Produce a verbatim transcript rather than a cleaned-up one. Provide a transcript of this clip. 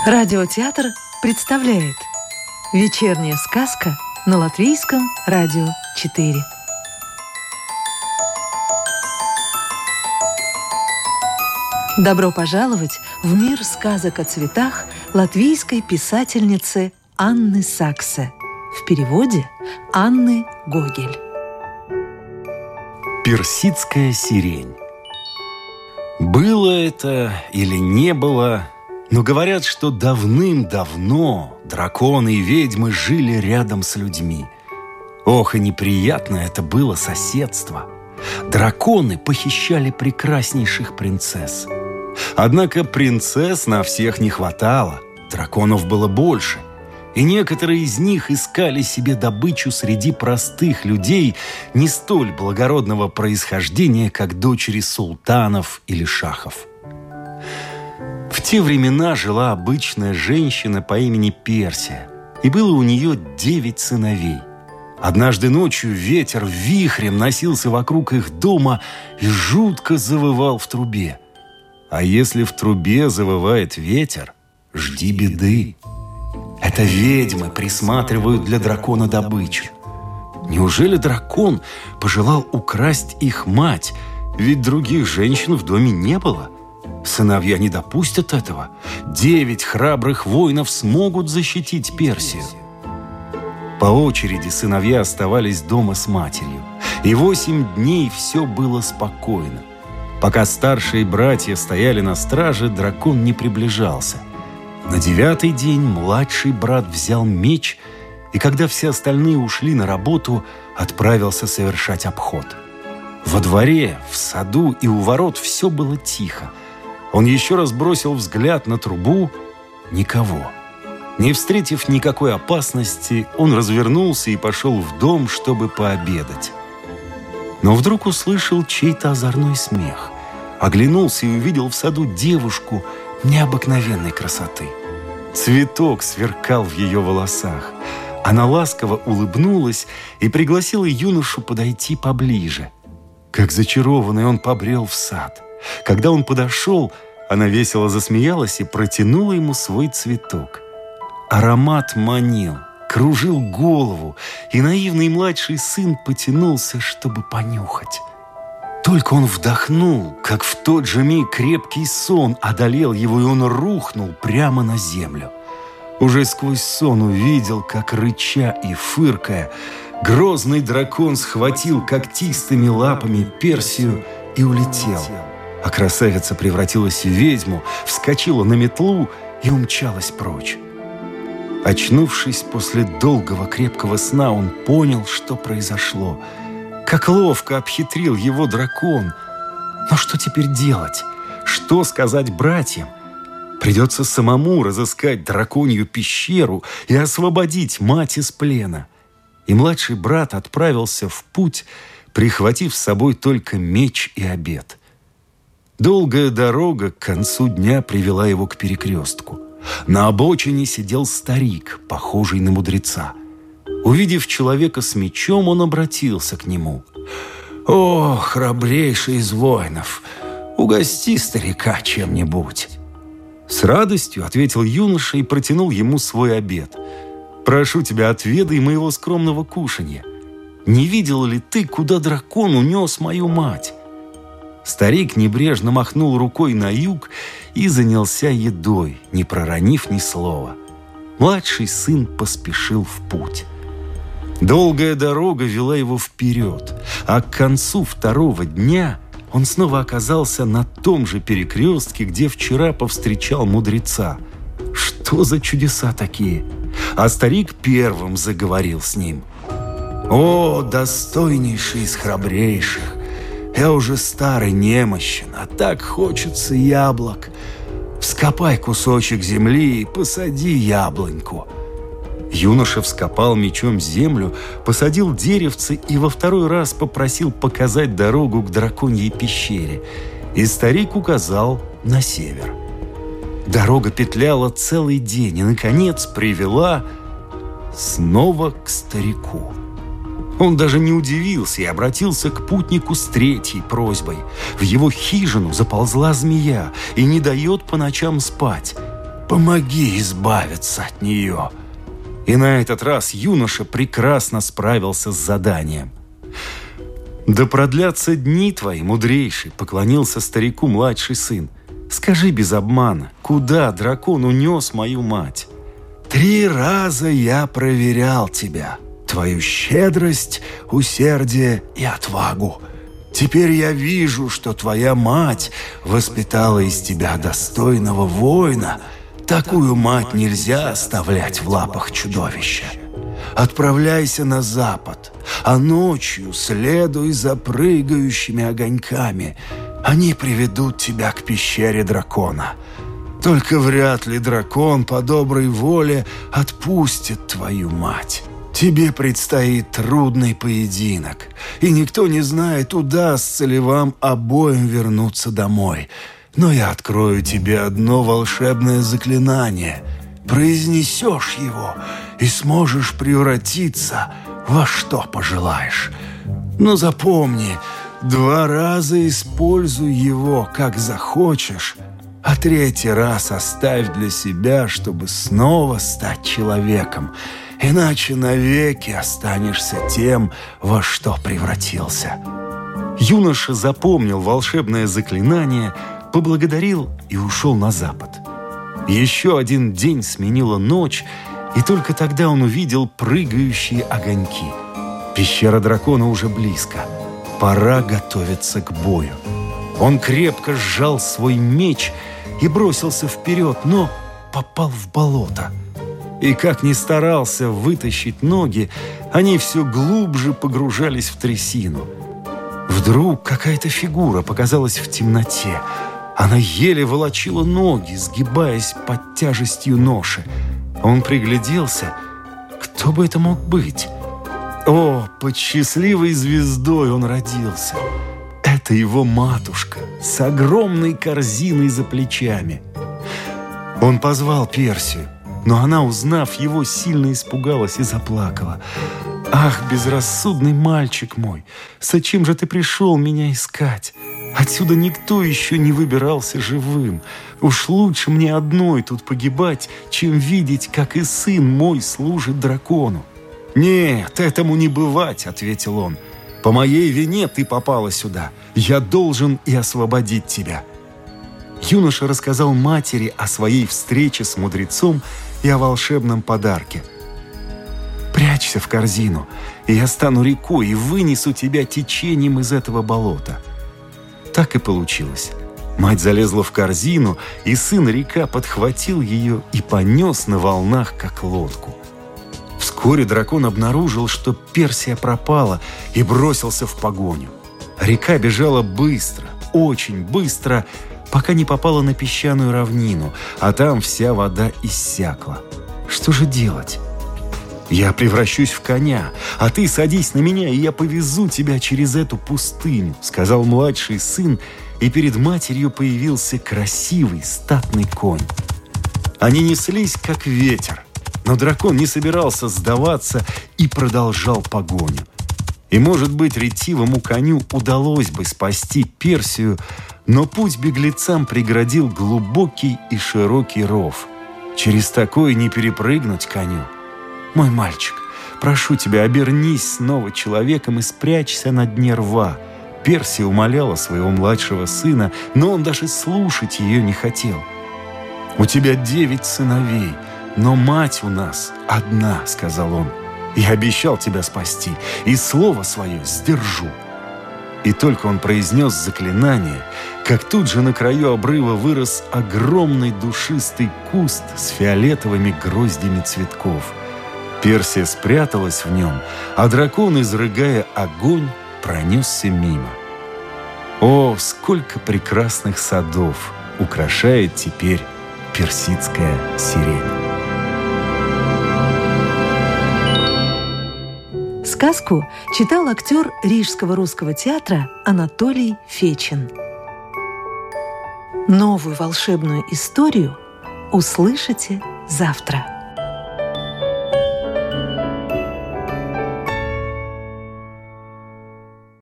Радиотеатр представляет «Вечерняя сказка» на Латвийском радио четыре. Добро пожаловать в мир сказок о цветах латвийской писательницы Анны Саксе. В переводе Анны Гогель. Персидская сирень. Было это или не было, но говорят, что давным-давно драконы и ведьмы жили рядом с людьми. Ох, и неприятно это было соседство. Драконы похищали прекраснейших принцесс. Однако принцесс на всех не хватало, драконов было больше. И некоторые из них искали себе добычу среди простых людей не столь благородного происхождения, как дочери султанов или шахов. В те времена жила обычная женщина по имени Персия, и было у нее девять сыновей. Однажды ночью ветер вихрем носился вокруг их дома и жутко завывал в трубе. А если в трубе завывает ветер, жди беды. Это ведьмы присматривают для дракона добычу. Неужели дракон пожелал украсть их мать? Ведь других женщин в доме не было. Сыновья не допустят этого. Девять храбрых воинов смогут защитить Персию. По очереди сыновья оставались дома с матерью. И восемь дней все было спокойно. Пока старшие братья стояли на страже, дракон не приближался. На девятый день младший брат взял меч и, когда все остальные ушли на работу, отправился совершать обход. Во дворе, в саду и у ворот все было тихо. Он еще раз бросил взгляд на трубу – никого. Не встретив никакой опасности, он развернулся и пошел в дом, чтобы пообедать. Но вдруг услышал чей-то озорной смех. Оглянулся и увидел в саду девушку необыкновенной красоты. Цветок сверкал в ее волосах. Она ласково улыбнулась и пригласила юношу подойти поближе. Как зачарованный он побрел в сад. Когда он подошел, она весело засмеялась и протянула ему свой цветок. Аромат манил, кружил голову, и наивный младший сын потянулся, чтобы понюхать. Только он вдохнул, как в тот же миг крепкий сон одолел его, и он рухнул прямо на землю. Уже сквозь сон увидел, как, рыча и фыркая, грозный дракон схватил когтистыми лапами Персию и улетел. А красавица превратилась в ведьму, вскочила на метлу и умчалась прочь. Очнувшись после долгого крепкого сна, он понял, что произошло. Как ловко обхитрил его дракон. Но что теперь делать? Что сказать братьям? Придется самому разыскать драконью пещеру и освободить мать из плена. И младший брат отправился в путь, прихватив с собой только меч и обед. Долгая дорога к концу дня привела его к перекрестку. На обочине сидел старик, похожий на мудреца. Увидев человека с мечом, он обратился к нему. «О, храбрейший из воинов, угости старика чем-нибудь!» С радостью ответил юноша и протянул ему свой обед. «Прошу тебя, отведай моего скромного кушанья. Не видел ли ты, куда дракон унес мою мать?» Старик небрежно махнул рукой на юг и занялся едой, не проронив ни слова. Младший сын поспешил в путь. Долгая дорога вела его вперед, а к концу второго дня он снова оказался на том же перекрестке, где вчера повстречал мудреца. Что за чудеса такие? А старик первым заговорил с ним. «О, достойнейший из храбрейших! Я уже старый, немощен, а так хочется яблок. Вскопай кусочек земли и посади яблоньку». Юноша вскопал мечом землю, посадил деревце и во второй раз попросил показать дорогу к драконьей пещере. И старик указал на север. Дорога петляла целый день и, наконец, привела снова к старику. Он даже не удивился и обратился к путнику с третьей просьбой. В его хижину заползла змея и не дает по ночам спать. Помоги избавиться от нее». И на этот раз юноша прекрасно справился с заданием. «Да продлятся дни твои, мудрейший», — поклонился старику младший сын. «Скажи без обмана, куда дракон унес мою мать?» «Три раза я проверял тебя, твою щедрость, усердие и отвагу. Теперь я вижу, что твоя мать воспитала из тебя достойного воина. Такую мать нельзя оставлять в лапах чудовища. Отправляйся на запад, а ночью следуй за прыгающими огоньками. Они приведут тебя к пещере дракона. Только вряд ли дракон по доброй воле отпустит твою мать. Тебе предстоит трудный поединок, и никто не знает, удастся ли вам обоим вернуться домой. Но я открою тебе одно волшебное заклинание. Произнесешь его и сможешь превратиться во что пожелаешь. Но запомни, два раза используй его, как захочешь, а третий раз оставь для себя, чтобы снова стать человеком. Иначе навеки останешься тем, во что превратился». Юноша запомнил волшебное заклинание, поблагодарил и ушел на запад. Еще один день сменила ночь, и только тогда он увидел прыгающие огоньки. Пещера дракона уже близко. Пора готовиться к бою. Он крепко сжал свой меч и бросился вперед, но попал в болото. И как ни старался вытащить ноги, они все глубже погружались в трясину. Вдруг какая-то фигура показалась в темноте. Она еле волочила ноги, сгибаясь под тяжестью ноши. Он пригляделся. Кто бы это мог быть? О, под счастливой звездой он родился. Это его матушка с огромной корзиной за плечами. Он позвал Персию, но она, узнав его, сильно испугалась и заплакала. «Ах, безрассудный мальчик мой, зачем же ты пришел меня искать? Отсюда никто еще не выбирался живым. Уж лучше мне одной тут погибать, чем видеть, как и сын мой служит дракону». «Нет, этому не бывать», — ответил он. «По моей вине ты попала сюда. Я должен и освободить тебя». Юноша рассказал матери о своей встрече с мудрецом и о волшебном подарке. «Прячься в корзину, и я стану рекой и вынесу тебя течением из этого болота». Так и получилось. Мать залезла в корзину, и сын-река подхватил ее и понес на волнах, как лодку. Вскоре дракон обнаружил, что Персия пропала, и бросился в погоню. Река бежала быстро, очень быстро, пока не попала на песчаную равнину, а там вся вода иссякла. Что же делать? «Я превращусь в коня, а ты садись на меня, и я повезу тебя через эту пустыню», — сказал младший сын, и перед матерью появился красивый статный конь. Они неслись, как ветер, но дракон не собирался сдаваться и продолжал погоню. И, может быть, ретивому коню удалось бы спасти Персию, но путь беглецам преградил глубокий и широкий ров. Через такой не перепрыгнуть коню. «Мой мальчик, прошу тебя, обернись снова человеком и спрячься на дне рва». Персия умоляла своего младшего сына, но он даже слушать ее не хотел. «У тебя девять сыновей, но мать у нас одна», — сказал он. «Я обещал тебя спасти, и слово свое сдержу». И только он произнес заклинание, как тут же на краю обрыва вырос огромный душистый куст с фиолетовыми гроздями цветков. Персия спряталась в нем, а дракон, изрыгая огонь, пронесся мимо. О, сколько прекрасных садов украшает теперь персидская сирень! Сказку читал актер Рижского русского театра Анатолий Фечин. Новую волшебную историю услышите завтра.